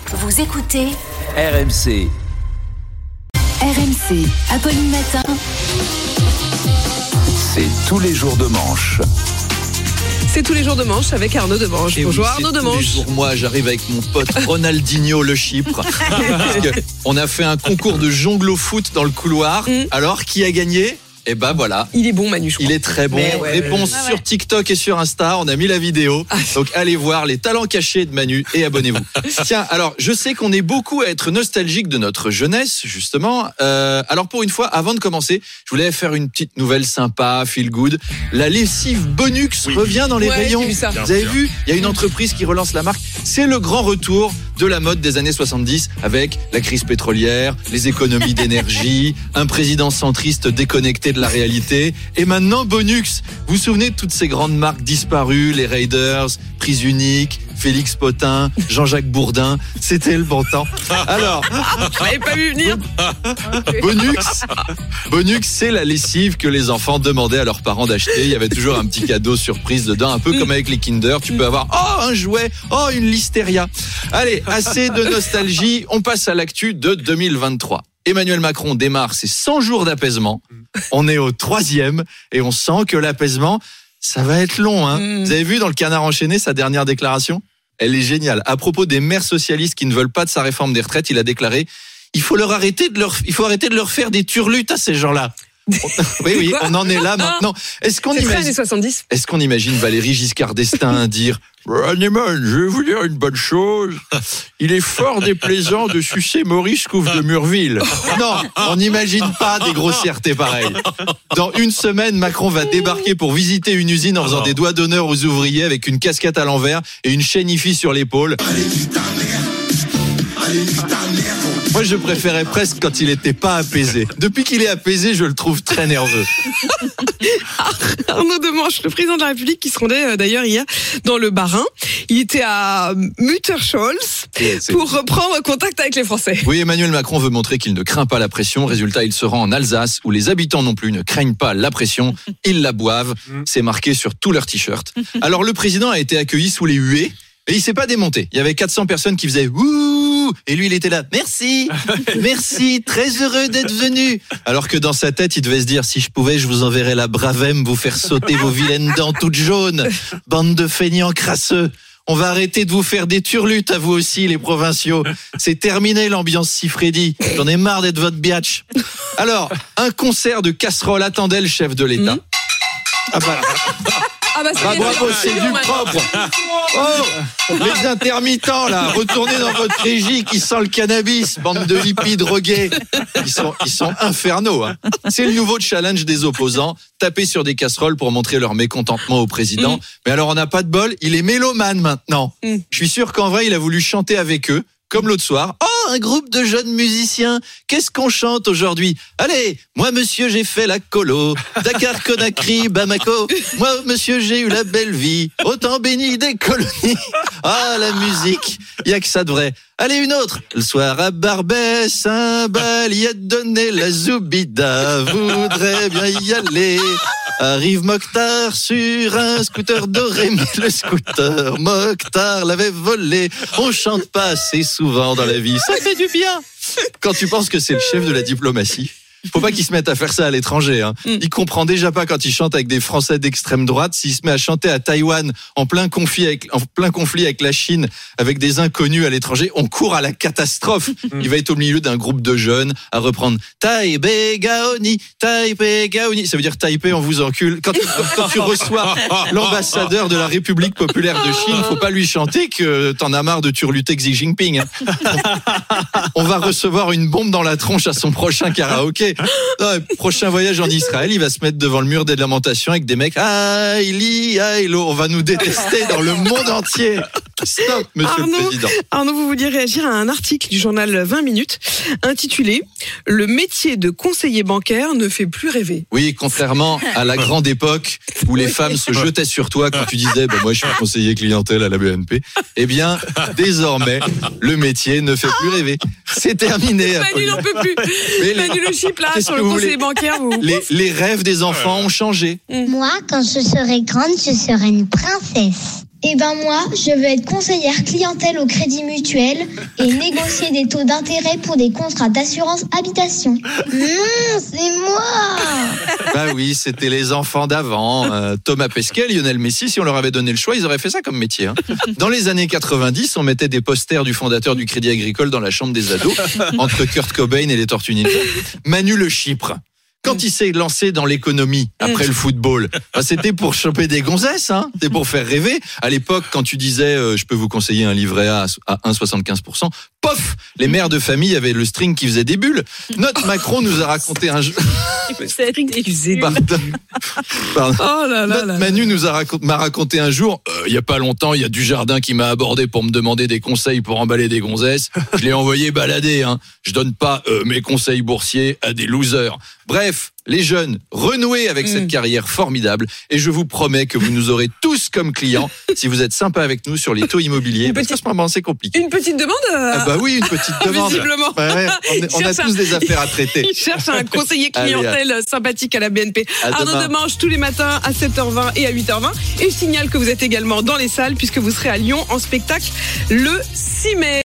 Vous écoutez RMC. RMC, Apolline Matin. C'est tous les jours de manche. C'est tous les jours de manche avec Arnaud Demanche. Bonjour oui, Arnaud tous Demanche. les jours, moi, j'arrive avec mon pote Ronaldinho le Chypre. Parce que on a fait un concours de jongle au foot dans le couloir. Alors, qui a gagné ? Et ben voilà. Il est bon Manu, je crois. Il est très bon. Réponse sur TikTok et sur Insta. On a mis la vidéo. Donc allez voir les talents cachés de Manu et abonnez-vous. Tiens, alors je sais qu'on est beaucoup à être nostalgique de notre jeunesse, justement. Alors pour une fois, avant de commencer, je voulais faire une petite nouvelle sympa, feel good. La lessive Bonux revient dans les rayons. j'ai vu ça. Vous avez vu ? Il y a une entreprise qui relance la marque. C'est le grand retour de la mode des années 70 avec la crise pétrolière, les économies d'énergie, un président centriste déconnecté de la réalité. Et maintenant, Bonux. Vous vous souvenez de toutes ces grandes marques disparues, les Raiders, Prise Unique, Félix Potin, Jean-Jacques Bourdin. C'était le bon temps. Alors, Je l'avais pas vu venir. Bonux, c'est la lessive que les enfants demandaient à leurs parents d'acheter. Il y avait toujours un petit cadeau surprise dedans, un peu comme avec les Kinder. Tu peux avoir un jouet, une Listeria. Allez, assez de nostalgie. On passe à l'actu de 2023. Emmanuel Macron démarre ses 100 jours d'apaisement. On est au 3e et on sent que l'apaisement, ça va être long. Vous avez vu dans le Canard enchaîné sa dernière déclaration ? Elle est géniale. À propos des maires socialistes qui ne veulent pas de sa réforme des retraites, il a déclaré « Il faut arrêter de leur faire des turlutes à ces gens-là ». Oui, on en est là maintenant. Est-ce qu'on C'est très imagine, années 70. est-ce qu'on imagine Valéry Giscard d'Estaing dire Hanneman, je vais vous dire une bonne chose. Il est fort déplaisant de sucer Maurice Couve de Murville. Non, on n'imagine pas des grossièretés pareilles. Dans une semaine, Macron va débarquer pour visiter une usine en faisant des doigts d'honneur aux ouvriers avec une casquette à l'envers et une chaîne IFI sur l'épaule. Moi, je préférais presque quand il était pas apaisé. Depuis qu'il est apaisé, je le trouve très nerveux. Arnaud Demanche, le président de la République qui se rendait d'ailleurs hier dans le Bas-Rhin. Il était à Mutterscholz pour reprendre contact avec les Français. Oui, Emmanuel Macron veut montrer qu'il ne craint pas la pression. Résultat, il se rend en Alsace où les habitants non plus ne craignent pas la pression. Ils la boivent. C'est marqué sur tous leurs t-shirts. Alors, le président a été accueilli sous les huées. Et il s'est pas démonté. Il y avait 400 personnes qui faisaient ouh, et lui il était là. Merci, très heureux d'être venu. Alors que dans sa tête, il devait se dire si je pouvais, je vous enverrais la Bravem vous faire sauter vos vilaines dents toutes jaunes, bande de feignants crasseux. On va arrêter de vous faire des turlutes à vous aussi, les provinciaux. C'est terminé l'ambiance Sifredi. J'en ai marre d'être votre biatch. Alors, un concert de casserole attendait le chef de l'État. Bravo, c'est du propre. Les intermittents là, retournez dans votre régie qui sent le cannabis, bande de hippies drogués. Ils sont infernaux. C'est le nouveau challenge des opposants, taper sur des casseroles pour montrer leur mécontentement au président. Mais alors on n'a pas de bol, il est mélomane maintenant. Je suis sûr qu'en vrai il a voulu chanter avec eux. Comme l'autre soir, un groupe de jeunes musiciens, qu'est-ce qu'on chante aujourd'hui ? Allez, moi monsieur j'ai fait la colo, Dakar, Conakry, Bamako, moi monsieur j'ai eu la belle vie, autant béni des colonies. Ah la musique, y a que ça de vrai. Allez une autre, le soir à Barbès, un bal y a donné la Zoubida, voudrait bien y aller. Arrive Mokhtar sur un scooter doré, mais le scooter, Mokhtar l'avait volé. On chante pas assez souvent dans la vie, ça fait du bien. Quand tu penses que c'est le chef de la diplomatie, faut pas qu'il se mette à faire ça à l'étranger. Il comprend déjà pas quand il chante avec des Français d'extrême droite. S'il se met à chanter à Taïwan en plein conflit avec la Chine, avec des inconnus à l'étranger, on court à la catastrophe. Il va être au milieu d'un groupe de jeunes à reprendre Taipei Gaoni. Ça veut dire Taipei, on vous encule. Quand tu reçois l'ambassadeur de la République populaire de Chine, faut pas lui chanter que t'en as marre de turluter Xi Jinping. On va recevoir une bombe dans la tronche à son prochain karaoké. Prochain voyage en Israël, il va se mettre devant le mur des lamentations avec des mecs Aïli, Aïlo. On va nous détester dans le monde entier. Stop, monsieur le président. Arnaud, vous vouliez réagir à un article du journal 20 minutes intitulé « Le métier de conseiller bancaire ne fait plus rêver ». Oui, contrairement à la grande époque où les femmes se jetaient sur toi quand tu disais moi je suis conseiller clientèle à la BNP. Eh bien, désormais, le métier ne fait plus rêver. C'est terminé. Manu n'en peut plus. Manu le chip là, sur le conseiller bancaire. Les rêves des enfants ont changé. Moi, quand je serai grande, je serai une princesse. Moi, je veux être conseillère clientèle au Crédit Mutuel et négocier des taux d'intérêt pour des contrats d'assurance habitation. Non, c'est moi. Bah oui, c'était les enfants d'avant. Thomas Pesquet, Lionel Messi, si on leur avait donné le choix, ils auraient fait ça comme métier. Dans les années 90, on mettait des posters du fondateur du Crédit Agricole dans la chambre des ados, entre Kurt Cobain et les Tortues Ninja. Manu Le Chypre. Quand il s'est lancé dans l'économie après le football, c'était pour choper des gonzesses, c'était pour faire rêver. À l'époque, quand tu disais je peux vous conseiller un livret A à 1,75%, pof, les mères de famille avaient le string qui faisait des bulles. Notre Macron nous a raconté un jeu. Pardon. Oh là là Notre là. Manu m'a raconté un jour, il y a pas longtemps, il y a Dujardin qui m'a abordé pour me demander des conseils pour emballer des gonzesses. Je l'ai envoyé balader. Je donne pas mes conseils boursiers à des losers. Bref, les jeunes, renouez avec cette carrière formidable et je vous promets que vous nous aurez tous comme clients si vous êtes sympa avec nous sur les taux immobiliers. Parce qu'à ce moment, c'est compliqué. Une petite demande Ah bah oui, une petite demande. Visiblement. Ouais, on a tous des affaires à traiter. Il cherche un conseiller clientèle sympathique à la BNP. Arnaud Demanche tous les matins à 7h20 et à 8h20. Et je signale que vous êtes également dans les salles puisque vous serez à Lyon en spectacle le 6 mai.